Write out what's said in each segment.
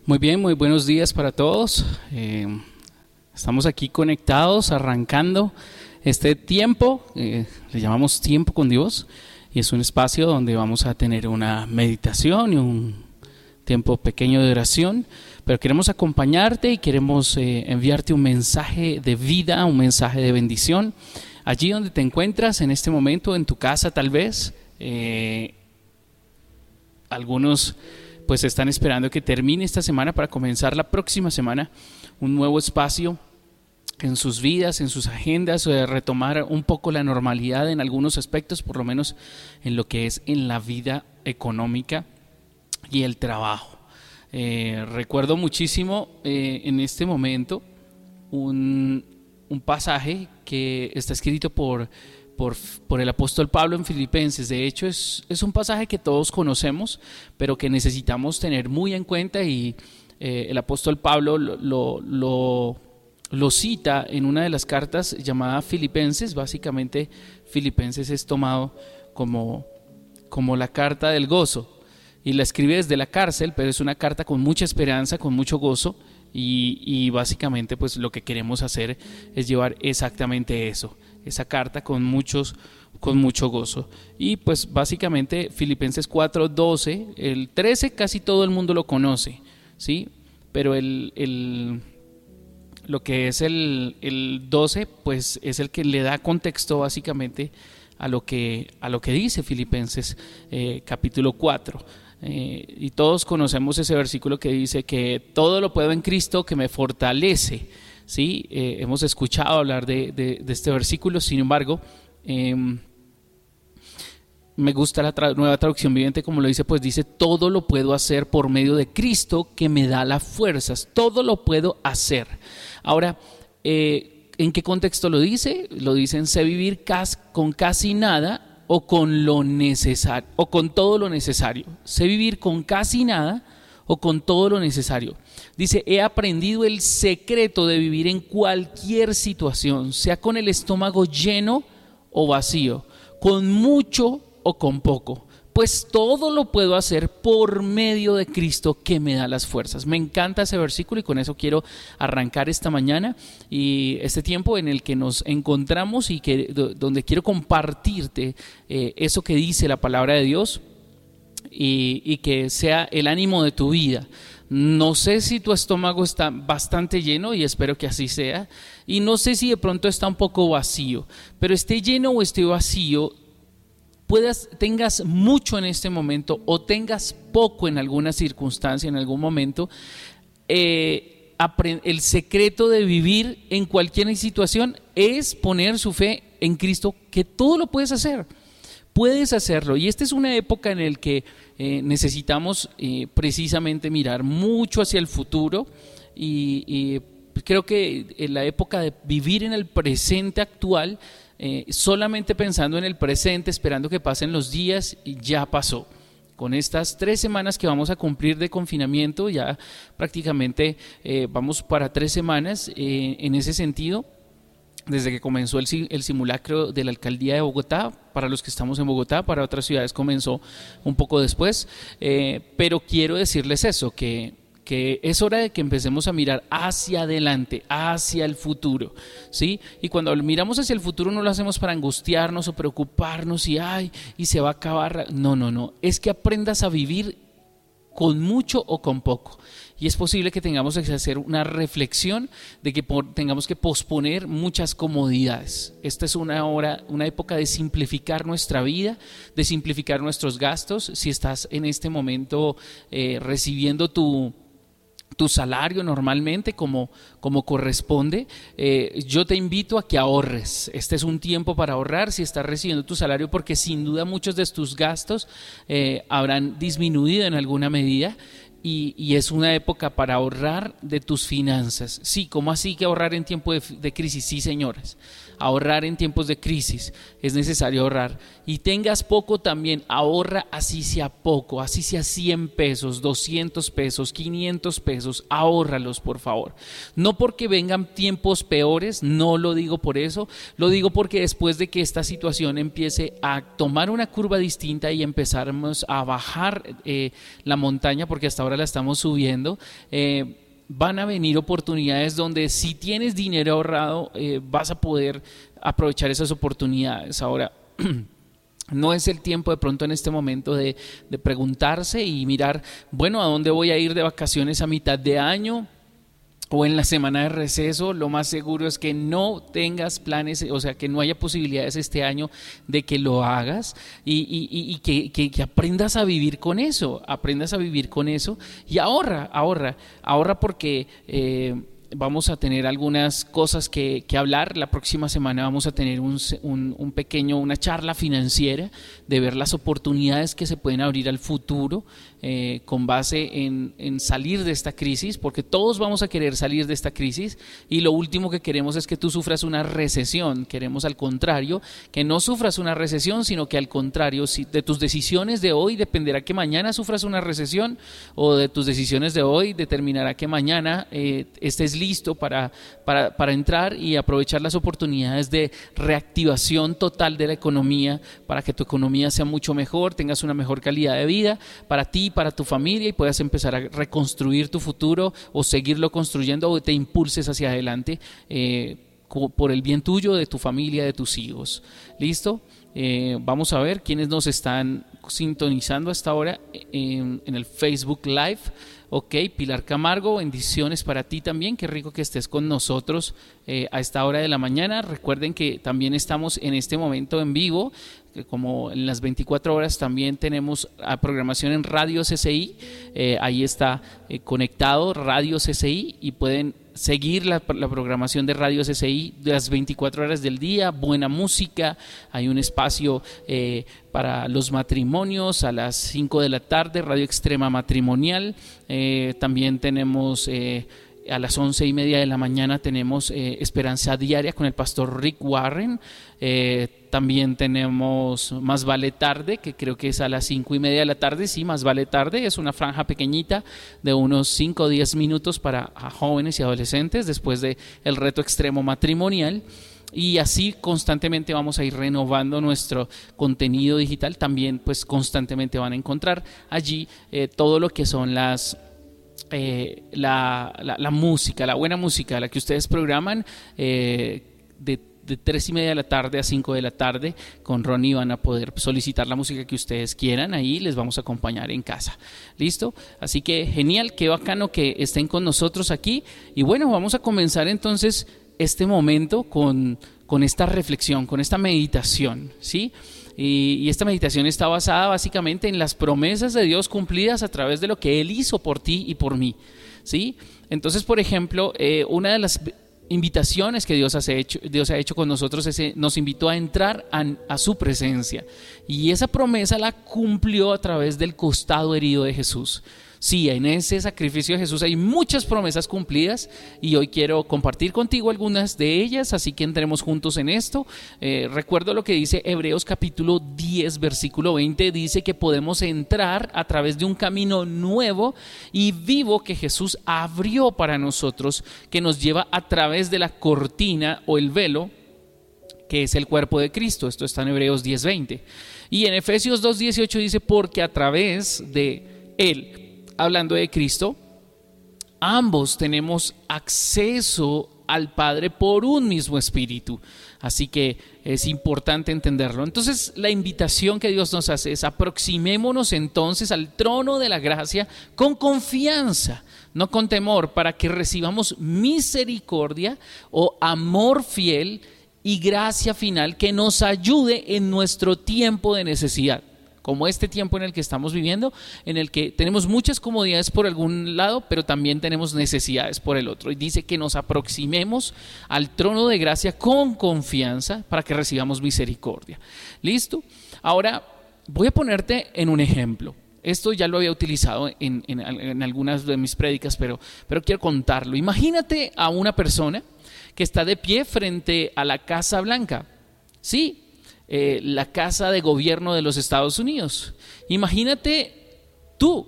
Muy bien, muy buenos días para todos. Estamos aquí conectados, arrancando este tiempo, le llamamos tiempo con Dios, y es un espacio donde vamos a tener una meditación y un tiempo pequeño de oración, pero queremos acompañarte y queremos enviarte un mensaje de vida, un mensaje de bendición. Allí donde te encuentras en este momento, en tu casa tal vez, algunos pues están esperando que termine esta semana para comenzar la próxima semana un nuevo espacio en sus vidas, en sus agendas, retomar un poco la normalidad en algunos aspectos, por lo menos en lo que es en la vida económica y el trabajo. Recuerdo muchísimo en este momento un pasaje que está escrito por el apóstol Pablo en Filipenses. De hecho es un pasaje que todos conocemos, pero que necesitamos tener muy en cuenta, y el apóstol Pablo lo cita en una de las cartas llamada Filipenses. Básicamente Filipenses es tomado como la carta del gozo, y la escribe desde la cárcel, pero es una carta con mucha esperanza, con mucho gozo, y básicamente pues lo que queremos hacer es llevar exactamente eso, esa carta con mucho gozo. Y pues básicamente Filipenses 4:12, el 13 casi todo el mundo lo conoce, ¿sí? Pero lo que es el 12 pues es el que le da contexto básicamente a lo que dice Filipenses capítulo 4. Y todos conocemos ese versículo que dice que todo lo puedo en Cristo que me fortalece, ¿sí? Hemos escuchado hablar de este versículo. Sin embargo, me gusta la nueva traducción viviente, como lo dice, pues dice: todo lo puedo hacer por medio de Cristo que me da las fuerzas. Todo lo puedo hacer. Ahora, ¿en qué contexto lo dice? Lo dice en sé vivir con casi nada o con lo necesario, o con todo lo necesario. Sé vivir con casi nada o con todo lo necesario. Dice: he aprendido el secreto de vivir en cualquier situación, sea con el estómago lleno o vacío, con mucho o con poco, pues todo lo puedo hacer por medio de Cristo que me da las fuerzas. Me encanta ese versículo, y con eso quiero arrancar esta mañana y este tiempo en el que nos encontramos, y donde quiero compartirte eso que dice la palabra de Dios, y que sea el ánimo de tu vida. No sé si tu estómago está bastante lleno, y espero que así sea, y no sé si de pronto está un poco vacío, pero esté lleno o esté vacío, tengas mucho en este momento o tengas poco en alguna circunstancia, en algún momento, el secreto de vivir en cualquier situación es poner su fe en Cristo, que todo lo puedes hacer. Puedes hacerlo, y esta es una época en la que necesitamos precisamente mirar mucho hacia el futuro, y creo que en la época de vivir en el presente actual, solamente pensando en el presente, esperando que pasen los días, ya pasó. Con estas 3 semanas que vamos a cumplir de confinamiento, ya prácticamente vamos para 3 semanas en ese sentido, desde que comenzó el simulacro de la alcaldía de Bogotá. Para los que estamos en Bogotá, para otras ciudades comenzó un poco después, pero quiero decirles eso, que es hora de que empecemos a mirar hacia adelante, hacia el futuro, ¿sí? Y cuando miramos hacia el futuro no lo hacemos para angustiarnos o preocuparnos y se va a acabar. No, es que aprendas a vivir con mucho o con poco. Y es posible que tengamos que hacer una reflexión de que tengamos que posponer muchas comodidades. Esta es una época de simplificar nuestra vida, de simplificar nuestros gastos. Si estás en este momento recibiendo tu salario normalmente como corresponde, yo te invito a que ahorres. Este es un tiempo para ahorrar si estás recibiendo tu salario, porque sin duda muchos de tus gastos habrán disminuido en alguna medida, y es una época para ahorrar de tus finanzas. Sí, ¿cómo así que ahorrar en tiempo de crisis? Sí, señores, ahorrar en tiempos de crisis es necesario ahorrar. Y tengas poco también, ahorra, así sea poco, así sea 100 pesos, 200 pesos, 500 pesos, ahórralos, por favor. No porque vengan tiempos peores, no lo digo por eso, lo digo porque después de que esta situación empiece a tomar una curva distinta y empezaremos a bajar la montaña, porque hasta ahora ahora la estamos subiendo. Van a venir oportunidades donde si tienes dinero ahorrado, vas a poder aprovechar esas oportunidades. Ahora, no es el tiempo de pronto en este momento de preguntarse y mirar, bueno, ¿a dónde voy a ir de vacaciones a mitad de año o en la semana de receso? Lo más seguro es que no tengas planes, o sea, que no haya posibilidades este año de que lo hagas y que aprendas a vivir con eso, y ahorra porque vamos a tener algunas cosas que hablar. La próxima semana vamos a tener una charla financiera de ver las oportunidades que se pueden abrir al futuro con base en salir de esta crisis, porque todos vamos a querer salir de esta crisis y lo último que queremos es que tú sufras una recesión. Queremos al contrario, que no sufras una recesión, sino que al contrario, si de tus decisiones de hoy dependerá que mañana sufras una recesión, o de tus decisiones de hoy determinará que mañana estés listo para entrar y aprovechar las oportunidades de reactivación total de la economía, para que tu economía sea mucho mejor, tengas una mejor calidad de vida para ti, para tu familia, y puedas empezar a reconstruir tu futuro o seguirlo construyendo, o te impulses hacia adelante por el bien tuyo, de tu familia, de tus hijos. ¿Listo? Vamos a ver quiénes nos están sintonizando hasta ahora en el Facebook Live. Ok, Pilar Camargo, bendiciones para ti también, qué rico que estés con nosotros a esta hora de la mañana. Recuerden que también estamos en este momento en vivo, que como en las 24 horas también tenemos programación en Radio CCI, ahí está conectado Radio CCI y pueden seguir la programación de Radio CCI de las 24 horas del día, buena música, hay un espacio para los matrimonios a las 5 de la tarde, Radio Extrema Matrimonial, también tenemos a las 11:30 de la mañana tenemos Esperanza Diaria con el pastor Rick Warren. También tenemos Más Vale Tarde, que creo que es a las 5:30 de la tarde. Sí, Más Vale Tarde es una franja pequeñita de unos 5 o 10 minutos para jóvenes y adolescentes después del reto extremo matrimonial. Y así constantemente vamos a ir renovando nuestro contenido digital. También pues constantemente van a encontrar allí todo lo que son la música, la buena música, la que ustedes programan de 3:30 de la tarde a 5 de la tarde. Con Ronnie van a poder solicitar la música que ustedes quieran, ahí les vamos a acompañar en casa. ¿Listo? Así que genial, qué bacano que estén con nosotros aquí. Y bueno, vamos a comenzar entonces este momento con esta reflexión, con esta meditación, ¿sí? Y esta meditación está basada básicamente en las promesas de Dios cumplidas a través de lo que Él hizo por ti y por mí, ¿sí? Entonces, por ejemplo, una de las invitaciones que Dios ha hecho con nosotros nos invitó a entrar a su presencia, y esa promesa la cumplió a través del costado herido de Jesús. Sí, en ese sacrificio de Jesús hay muchas promesas cumplidas y hoy quiero compartir contigo algunas de ellas, así que entremos juntos en esto. Recuerdo lo que dice Hebreos capítulo 10 versículo 20, dice que podemos entrar a través de un camino nuevo y vivo que Jesús abrió para nosotros, que nos lleva a través de la cortina o el velo, que es el cuerpo de Cristo. Esto está en Hebreos 10:20. Y en Efesios 2:18 dice, porque a través de Él, hablando de Cristo, ambos tenemos acceso al Padre por un mismo Espíritu. Así que es importante entenderlo. Entonces, la invitación que Dios nos hace es: aproximémonos entonces al trono de la gracia con confianza, no con temor, para que recibamos misericordia o amor fiel y gracia final que nos ayude en nuestro tiempo de necesidad. Como este tiempo en el que estamos viviendo, en el que tenemos muchas comodidades por algún lado, pero también tenemos necesidades por el otro. Y dice que nos aproximemos al trono de gracia con confianza para que recibamos misericordia. ¿Listo? Ahora voy a ponerte en un ejemplo. Esto ya lo había utilizado en algunas de mis prédicas, pero quiero contarlo. Imagínate a una persona que está de pie frente a la Casa Blanca. Sí, la casa de gobierno de los Estados Unidos. Imagínate tú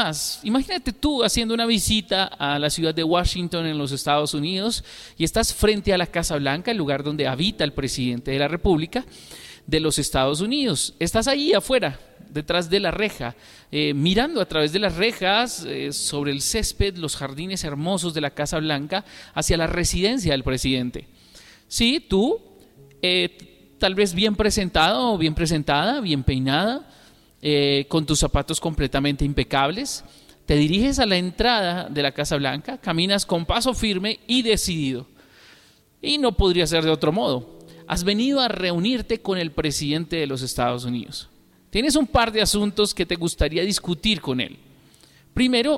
haciendo una visita a la ciudad de Washington en los Estados Unidos y estás frente a la Casa Blanca, el lugar donde habita el presidente de la República de los Estados Unidos. Estás ahí afuera detrás de la reja, mirando a través de las rejas sobre el césped, los jardines hermosos de la Casa Blanca, hacia la residencia del presidente. Sí, tú, tal vez bien presentado o bien presentada, bien peinada, con tus zapatos completamente impecables, te diriges a la entrada de la Casa Blanca, caminas con paso firme y decidido. Y no podría ser de otro modo. Has venido a reunirte con el presidente de los Estados Unidos. Tienes un par de asuntos que te gustaría discutir con él. Primero,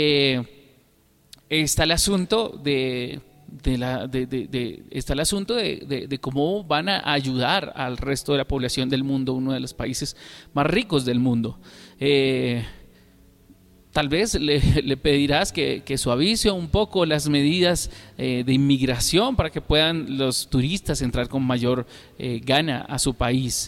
está el asunto de cómo van a ayudar al resto de la población del mundo, uno de los países más ricos del mundo. Tal vez le pedirás que suavice un poco las medidas de inmigración para que puedan los turistas entrar con mayor gana a su país.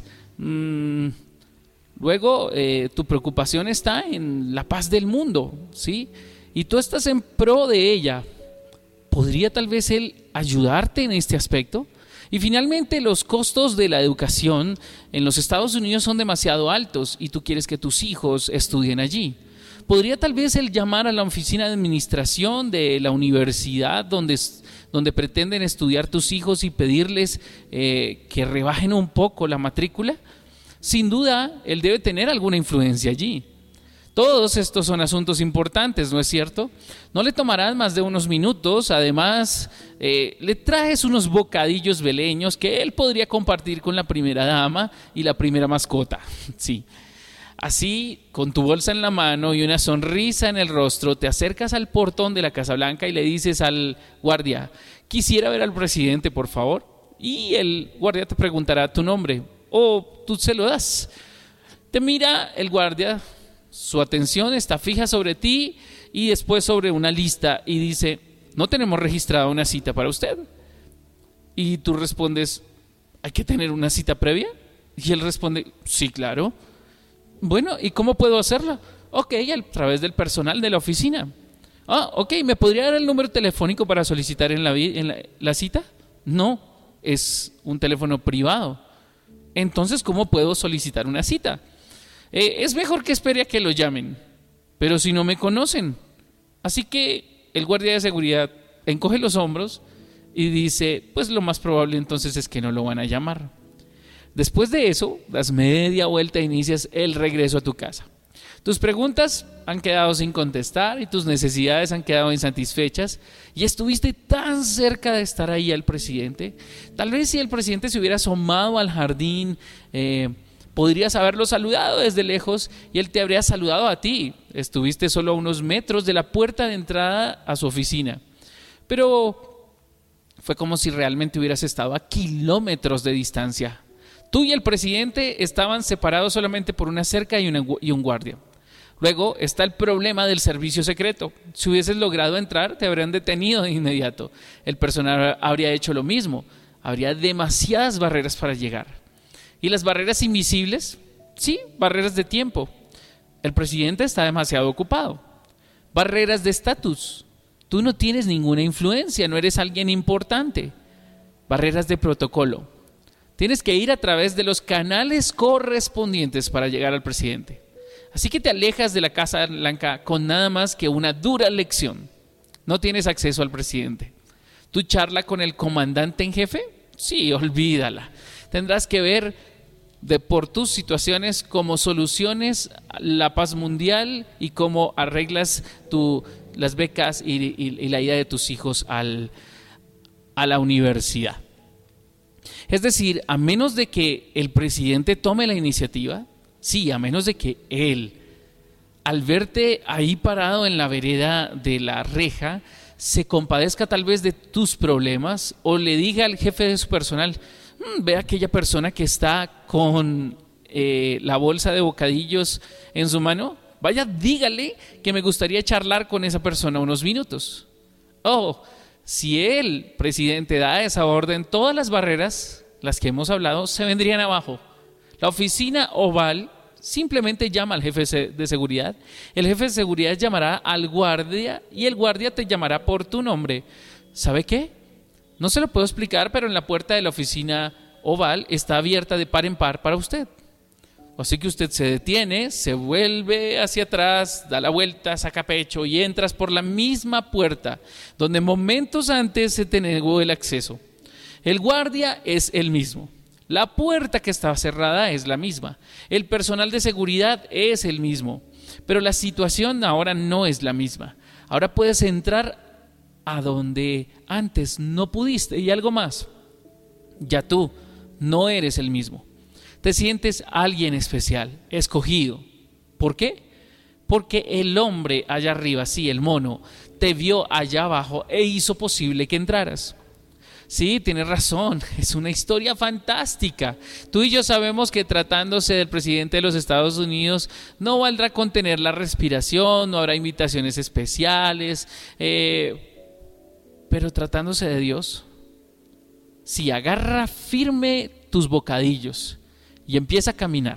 Luego, tu preocupación está en la paz del mundo, ¿sí? Y tú estás en pro de ella. ¿Podría tal vez él ayudarte en este aspecto? Y finalmente, los costos de la educación en los Estados Unidos son demasiado altos y tú quieres que tus hijos estudien allí. ¿Podría tal vez él llamar a la oficina de administración de la universidad donde pretenden estudiar tus hijos y pedirles que rebajen un poco la matrícula? Sin duda, él debe tener alguna influencia allí. Todos estos son asuntos importantes, ¿no es cierto? No le tomarán más de unos minutos. Además, le traes unos bocadillos beleños que él podría compartir con la primera dama y la primera mascota. Sí. Así, con tu bolsa en la mano y una sonrisa en el rostro, te acercas al portón de la Casa Blanca y le dices al guardia: quisiera ver al presidente, por favor. Y el guardia te preguntará tu nombre, o tú se lo das. Te mira el guardia, su atención está fija sobre ti y después sobre una lista y dice: no tenemos registrada una cita para usted. Y tú respondes: ¿hay que tener una cita previa? Y él responde: sí, claro. Bueno, ¿y cómo puedo hacerla? Ok, a través del personal de la oficina. Ok, ¿me podría dar el número telefónico para solicitar la cita? No, es un teléfono privado. Entonces, ¿cómo puedo solicitar una cita? Es mejor que espere a que lo llamen, pero si no me conocen. Así que el guardia de seguridad encoge los hombros y dice: pues lo más probable entonces es que no lo van a llamar. Después de eso, das media vuelta e inicias el regreso a tu casa. Tus preguntas han quedado sin contestar y tus necesidades han quedado insatisfechas y estuviste tan cerca de estar ahí al presidente. Tal vez si el presidente se hubiera asomado al jardín, podrías haberlo saludado desde lejos y él te habría saludado a ti. Estuviste solo a unos metros de la puerta de entrada a su oficina. Pero fue como si realmente hubieras estado a kilómetros de distancia. Tú y el presidente estaban separados solamente por una cerca y un guardia. Luego está el problema del servicio secreto. Si hubieses logrado entrar, te habrían detenido de inmediato. El personal habría hecho lo mismo. Habría demasiadas barreras para llegar. ¿Y las barreras invisibles? Sí, barreras de tiempo. El presidente está demasiado ocupado. Barreras de estatus. Tú no tienes ninguna influencia, no eres alguien importante. Barreras de protocolo. Tienes que ir a través de los canales correspondientes para llegar al presidente. Así que te alejas de la Casa Blanca con nada más que una dura lección. No tienes acceso al presidente. ¿Tu charla con el comandante en jefe? Sí, olvídala. Tendrás que ver por tus situaciones cómo soluciones la paz mundial y cómo arreglas las becas y la ida de tus hijos a la universidad. Es decir, a menos de que el presidente tome la iniciativa, sí, a menos de que él, al verte ahí parado en la vereda de la reja, se compadezca tal vez de tus problemas o le diga al jefe de su personal: ve a aquella persona que está con la bolsa de bocadillos en su mano, vaya, dígale que me gustaría charlar con esa persona unos minutos. Si el presidente da esa orden, todas las barreras, las que hemos hablado, se vendrían abajo. La oficina oval simplemente llama al jefe de seguridad. El jefe de seguridad llamará al guardia y el guardia te llamará por tu nombre. ¿Sabe qué? No se lo puedo explicar, pero en la puerta de la oficina oval está abierta de par en par para usted. Así que usted se detiene, se vuelve hacia atrás, da la vuelta, saca pecho y entras por la misma puerta donde momentos antes se te negó el acceso. El guardia es el mismo. La puerta que estaba cerrada es la misma. El personal de seguridad es el mismo. Pero la situación ahora no es la misma. Ahora puedes entrar a donde antes no pudiste. Y algo más. Ya tú no eres el mismo. Te sientes alguien especial, escogido. ¿Por qué? Porque el hombre allá arriba, sí, el mono, te vio allá abajo e hizo posible que entraras. Sí, tienes razón, es una historia fantástica. Tú y yo sabemos que tratándose del presidente de los Estados Unidos no valdrá contener la respiración, no habrá invitaciones especiales, pero tratándose de Dios, sí, agarra firme tus bocadillos y empieza a caminar,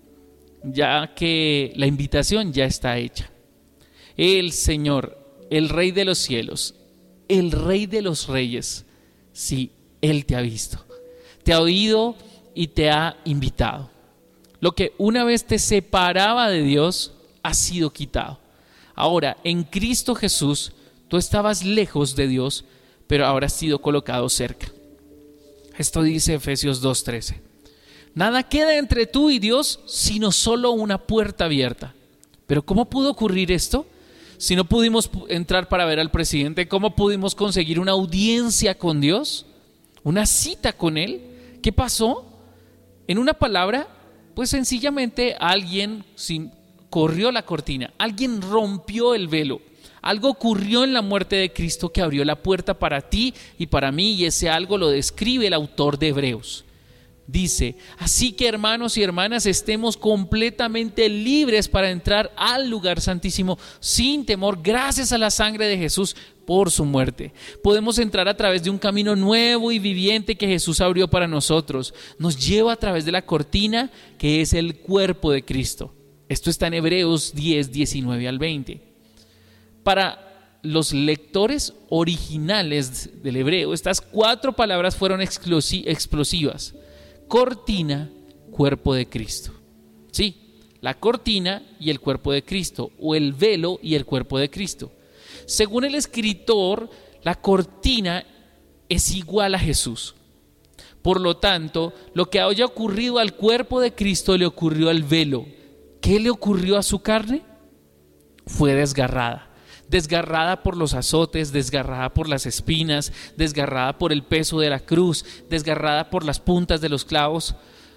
ya que la invitación ya está hecha. El Señor, el Rey de los cielos, el Rey de los reyes, sí, Él te ha visto, te ha oído y te ha invitado. Lo que una vez te separaba de Dios ha sido quitado. Ahora, en Cristo Jesús, tú estabas lejos de Dios, pero ahora has sido colocado cerca. Esto dice Efesios 2:13. Nada queda entre tú y Dios, sino solo una puerta abierta. Pero ¿cómo pudo ocurrir esto? Si no pudimos entrar para ver al presidente, ¿cómo pudimos conseguir una audiencia con Dios? ¿Una cita con Él? ¿Qué pasó? En una palabra, pues sencillamente alguien corrió la cortina, alguien rompió el velo. Algo ocurrió en la muerte de Cristo que abrió la puerta para ti y para mí, y ese algo lo describe el autor de Hebreos. Dice, así que hermanos y hermanas, estemos completamente libres para entrar al lugar santísimo sin temor, gracias a la sangre de Jesús por su muerte. Podemos entrar a través de un camino nuevo y viviente que Jesús abrió para nosotros. Nos lleva a través de la cortina que es el cuerpo de Cristo. Esto está en Hebreos 10, 19 al 20. Para los lectores originales del hebreo, estas 4 palabras fueron explosivas. Cortina, cuerpo de Cristo. Sí, la cortina y el cuerpo de Cristo, o el velo y el cuerpo de Cristo. Según el escritor, la cortina es igual a Jesús. Por lo tanto, lo que haya ocurrido al cuerpo de Cristo le ocurrió al velo. ¿Qué le ocurrió a su carne? Fue desgarrada. Desgarrada por los azotes, desgarrada por las espinas, desgarrada por el peso de la cruz, desgarrada por las puntas de los clavos.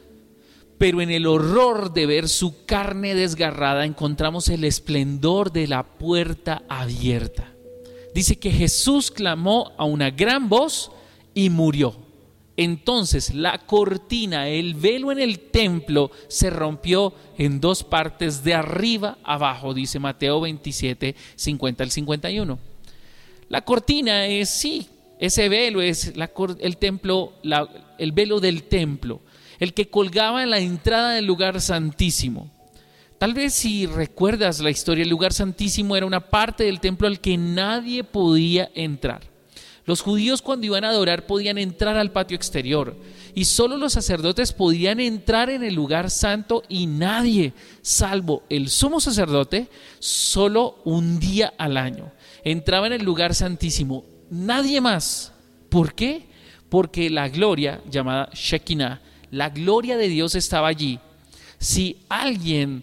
Pero en el horror de ver su carne desgarrada encontramos el esplendor de la puerta abierta. Dice que Jesús clamó a una gran voz y murió. Entonces la cortina, el velo en el templo se rompió en 2 partes de arriba a abajo, dice Mateo 27, 50 al 51. La cortina es, sí, ese velo es el templo, el velo del templo, el que colgaba en la entrada del lugar santísimo. Tal vez si recuerdas la historia, el lugar santísimo era una parte del templo al que nadie podía entrar. Los judíos cuando iban a adorar podían entrar al patio exterior y solo los sacerdotes podían entrar en el lugar santo y nadie, salvo el sumo sacerdote, solo un día al año. Entraba en el lugar santísimo, nadie más. ¿Por qué? Porque la gloria, llamada Shekinah, la gloria de Dios estaba allí. Si alguien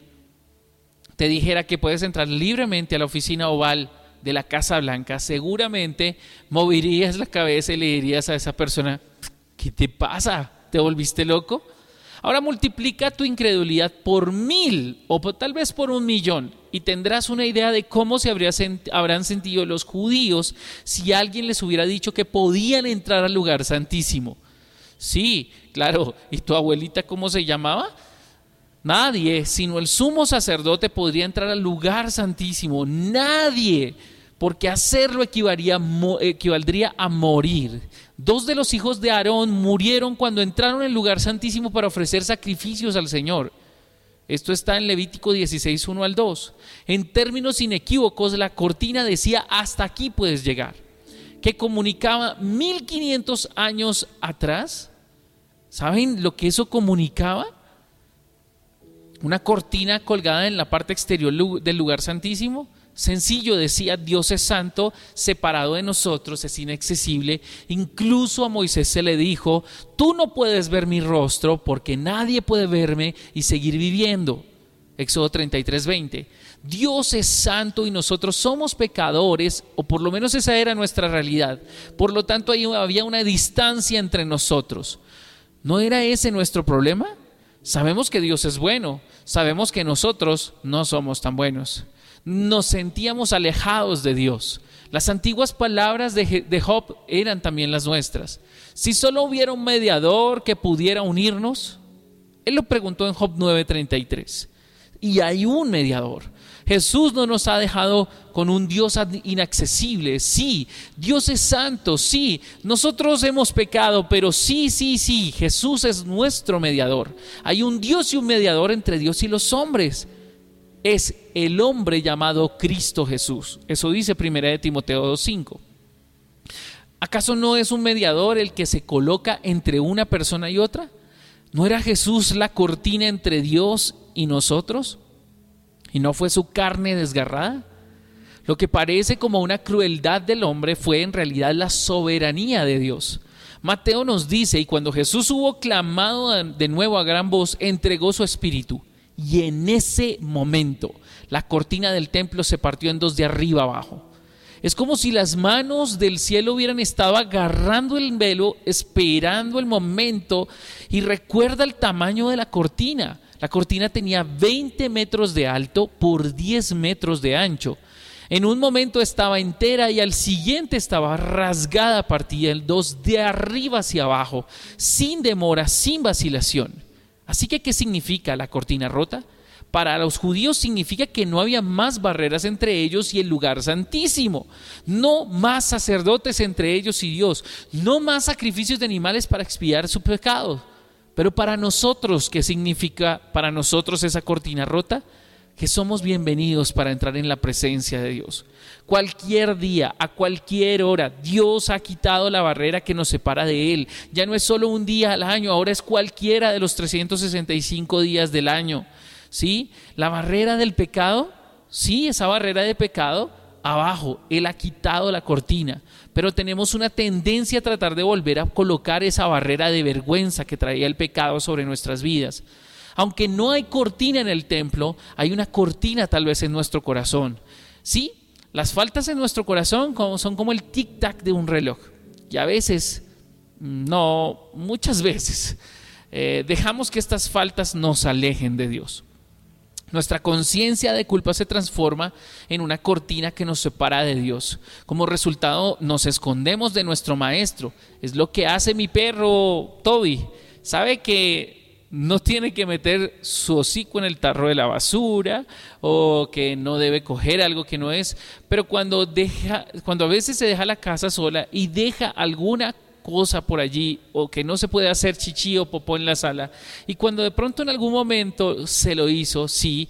te dijera que puedes entrar libremente a la oficina oval de la Casa Blanca, seguramente moverías la cabeza y le dirías a esa persona, ¿qué te pasa? ¿Te volviste loco? Ahora multiplica tu incredulidad por 1000 o tal vez por 1,000,000 y tendrás una idea de cómo se habrán sentido los judíos si alguien les hubiera dicho que podían entrar al lugar santísimo. Sí, claro, ¿y tu abuelita cómo se llamaba? Nadie, sino el sumo sacerdote podría entrar al lugar santísimo. Nadie, porque hacerlo equivaldría a morir. 2 de los hijos de Aarón murieron cuando entraron al lugar santísimo para ofrecer sacrificios al Señor. Esto está en Levítico 16, 1 al 2. En términos inequívocos, la cortina decía hasta aquí puedes llegar, que comunicaba 1500 años atrás. ¿Saben lo que eso comunicaba? una cortina colgada en la parte exterior del lugar santísimo. Sencillo, decía: Dios es santo, separado de nosotros, es inaccesible. Incluso a Moisés se le dijo: tú no puedes ver mi rostro porque nadie puede verme y seguir viviendo. Éxodo 33:20. Dios es santo y nosotros somos pecadores, o por lo menos esa era nuestra realidad. Por lo tanto, había una distancia entre nosotros. ¿No era ese nuestro problema? Sabemos que Dios es bueno, sabemos que nosotros no somos tan buenos. Nos sentíamos alejados de Dios. Las antiguas palabras de Job eran también las nuestras. Si solo hubiera un mediador que pudiera unirnos, él lo preguntó en Job 9:33. Y hay un mediador. Jesús no nos ha dejado con un Dios inaccesible. Sí, Dios es santo, sí, nosotros hemos pecado, pero sí, Jesús es nuestro mediador. Hay un Dios y un mediador entre Dios y los hombres. Es el hombre llamado Cristo Jesús. Eso dice 1 Timoteo 2:5. ¿Acaso no es un mediador el que se coloca entre una persona y otra? ¿No era Jesús la cortina entre Dios y nosotros? ¿Y no fue su carne desgarrada? Lo que parece como una crueldad del hombre fue en realidad la soberanía de Dios. Mateo nos dice: y cuando Jesús hubo clamado de nuevo a gran voz, entregó su espíritu. Y en ese momento la cortina del templo se partió en dos de arriba abajo. Es como si las manos del cielo hubieran estado agarrando el velo, esperando el momento. Y recuerda el tamaño de la cortina. La cortina tenía 20 metros de alto por 10 metros de ancho. En un momento estaba entera y al siguiente estaba rasgada, partida en dos de arriba hacia abajo, sin demora, sin vacilación. Así que, ¿qué significa la cortina rota? Para los judíos significa que no había más barreras entre ellos y el lugar santísimo. No más sacerdotes entre ellos y Dios. No más sacrificios de animales para expiar su pecado. Pero para nosotros, ¿qué significa para nosotros esa cortina rota? Que somos bienvenidos para entrar en la presencia de Dios. Cualquier día, a cualquier hora, Dios ha quitado la barrera que nos separa de Él. Ya no es solo un día al año, ahora es cualquiera de los 365 días del año. ¿Sí? La barrera del pecado, sí, esa barrera de pecado, abajo, Él ha quitado la cortina. Pero tenemos una tendencia a tratar de volver a colocar esa barrera de vergüenza que traía el pecado sobre nuestras vidas. Aunque no hay cortina en el templo, hay una cortina tal vez en nuestro corazón. Sí, las faltas en nuestro corazón son como el tic-tac de un reloj. Y a veces, no, muchas veces, dejamos que estas faltas nos alejen de Dios. Nuestra conciencia de culpa se transforma en una cortina que nos separa de Dios. Como resultado, nos escondemos de nuestro maestro. Es lo que hace mi perro Toby. Sabe que no tiene que meter su hocico en el tarro de la basura o que no debe coger algo que no es. Pero cuando a veces se deja la casa sola y deja alguna cosa por allí, o que no se puede hacer chichi o popó en la sala, y cuando de pronto en algún momento se lo hizo, sí,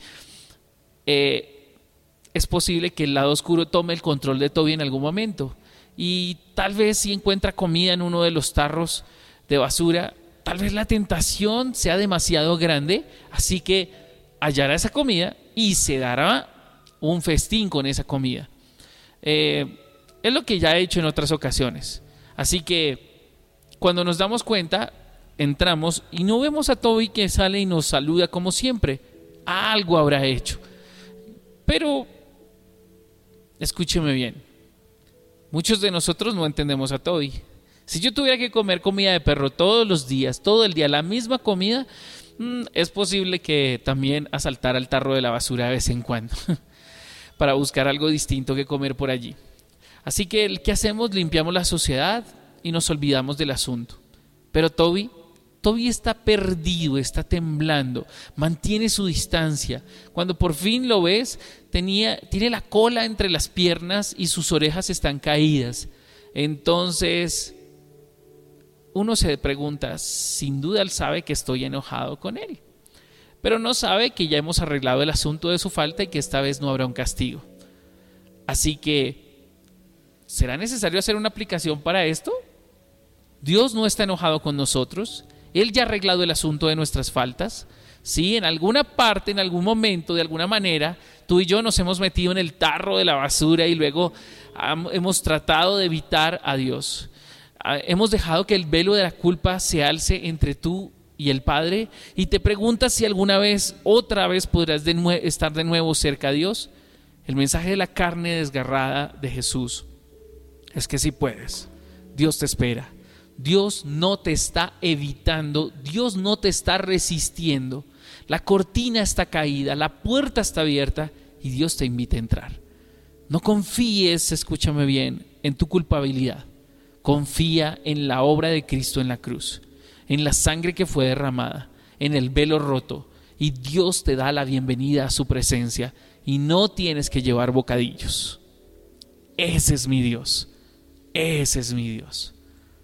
es posible que el lado oscuro tome el control de Toby en algún momento, y tal vez si encuentra comida en uno de los tarros de basura, tal vez la tentación sea demasiado grande, así que hallará esa comida y se dará un festín con esa comida. Es lo que ya he hecho en otras ocasiones. Así que cuando nos damos cuenta, entramos y no vemos a Toby que sale y nos saluda como siempre. Algo habrá hecho. Pero, escúcheme bien, muchos de nosotros no entendemos a Toby. Si yo tuviera que comer comida de perro todos los días, todo el día, la misma comida, es posible que también asaltara el tarro de la basura de vez en cuando para buscar algo distinto que comer por allí. Así que, ¿qué hacemos? Limpiamos la suciedad y nos olvidamos del asunto. Pero Toby está perdido, está temblando, mantiene su distancia. Cuando por fin lo ves, tiene la cola entre las piernas y sus orejas están caídas. Entonces, uno se pregunta, sin duda él sabe que estoy enojado con él, pero no sabe que ya hemos arreglado el asunto de su falta y que esta vez no habrá un castigo. Así que, ¿será necesario hacer una aplicación para esto? Dios no está enojado con nosotros. Él ya ha arreglado el asunto de nuestras faltas. Sí, en alguna parte, en algún momento, de alguna manera, tú y yo nos hemos metido en el tarro de la basura y luego hemos tratado de evitar a Dios. Hemos dejado que el velo de la culpa se alce entre tú y el Padre, y te preguntas si alguna vez, otra vez podrás estar de nuevo cerca a Dios. El mensaje de la carne desgarrada de Jesús es que sí puedes. Dios te espera. Dios no te está evitando, Dios no te está resistiendo. La cortina está caída, la puerta está abierta y Dios te invita a entrar. No confíes, escúchame bien, en tu culpabilidad. Confía en la obra de Cristo en la cruz, en la sangre que fue derramada, en el velo roto, y Dios te da la bienvenida a su presencia y no tienes que llevar bocadillos. Ese es mi Dios, ese es mi Dios.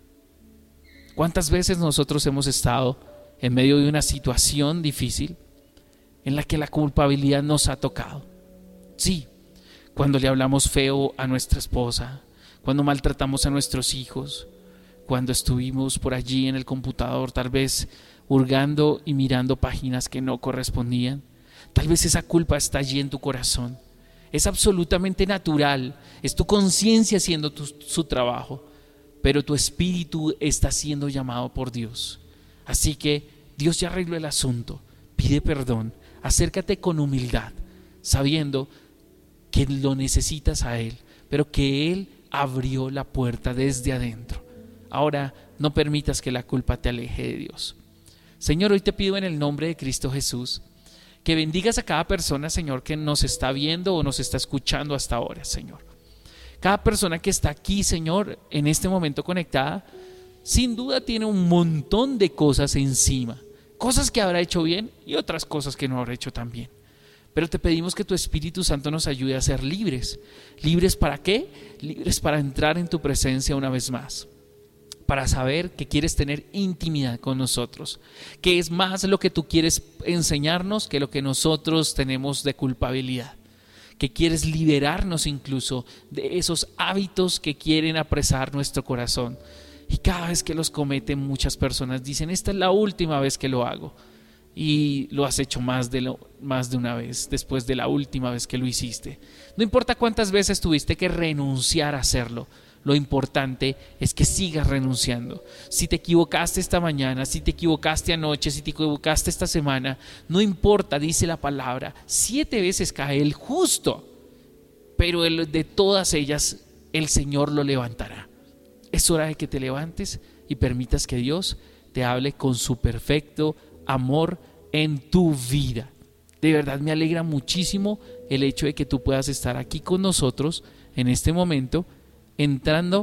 ¿Cuántas veces nosotros hemos estado en medio de una situación difícil en la que la culpabilidad nos ha tocado? Sí, cuando le hablamos feo a nuestra esposa, cuando maltratamos a nuestros hijos, cuando estuvimos por allí en el computador tal vez hurgando y mirando páginas que no correspondían. Tal vez esa culpa está allí en tu corazón. Es absolutamente natural, es tu conciencia haciendo su trabajo, pero tu espíritu está siendo llamado por Dios. Así que Dios ya arregló el asunto. Pide perdón, acércate con humildad, sabiendo que lo necesitas a Él, pero que Él abrió la puerta desde adentro. Ahora no permitas que la culpa te aleje de Dios. Señor, hoy te pido en el nombre de Cristo Jesús que bendigas a cada persona, Señor, que nos está viendo o nos está escuchando hasta ahora, Señor. Cada persona que está aquí, Señor, en este momento conectada, sin duda tiene un montón de cosas encima, cosas que habrá hecho bien y otras cosas que no habrá hecho tan bien. Pero te pedimos que tu Espíritu Santo nos ayude a ser libres. ¿Libres para qué? Libres para entrar en tu presencia una vez más, para saber que quieres tener intimidad con nosotros, que es más lo que tú quieres enseñarnos que lo que nosotros tenemos de culpabilidad, que quieres liberarnos incluso de esos hábitos que quieren apresar nuestro corazón. Y cada vez que los cometen, muchas personas dicen: esta es la última vez que lo hago. Y lo has hecho más de una vez después de la última vez que lo hiciste. No importa cuántas veces tuviste que renunciar a hacerlo, lo importante es que sigas renunciando. Si te equivocaste esta mañana, si te equivocaste anoche, si te equivocaste esta semana, no importa, dice la palabra, 7 veces cae el justo, pero de todas ellas el Señor lo levantará. Es hora de que te levantes y permitas que Dios te hable con su perfecto amor en tu vida. De verdad me alegra muchísimo el hecho de que tú puedas estar aquí con nosotros en este momento, entrando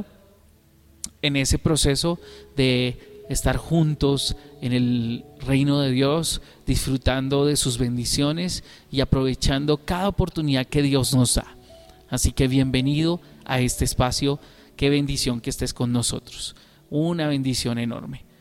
en ese proceso de estar juntos en el reino de Dios, disfrutando de sus bendiciones y aprovechando cada oportunidad que Dios nos da. Así que bienvenido a este espacio. Qué bendición que estés con nosotros. Una bendición enorme.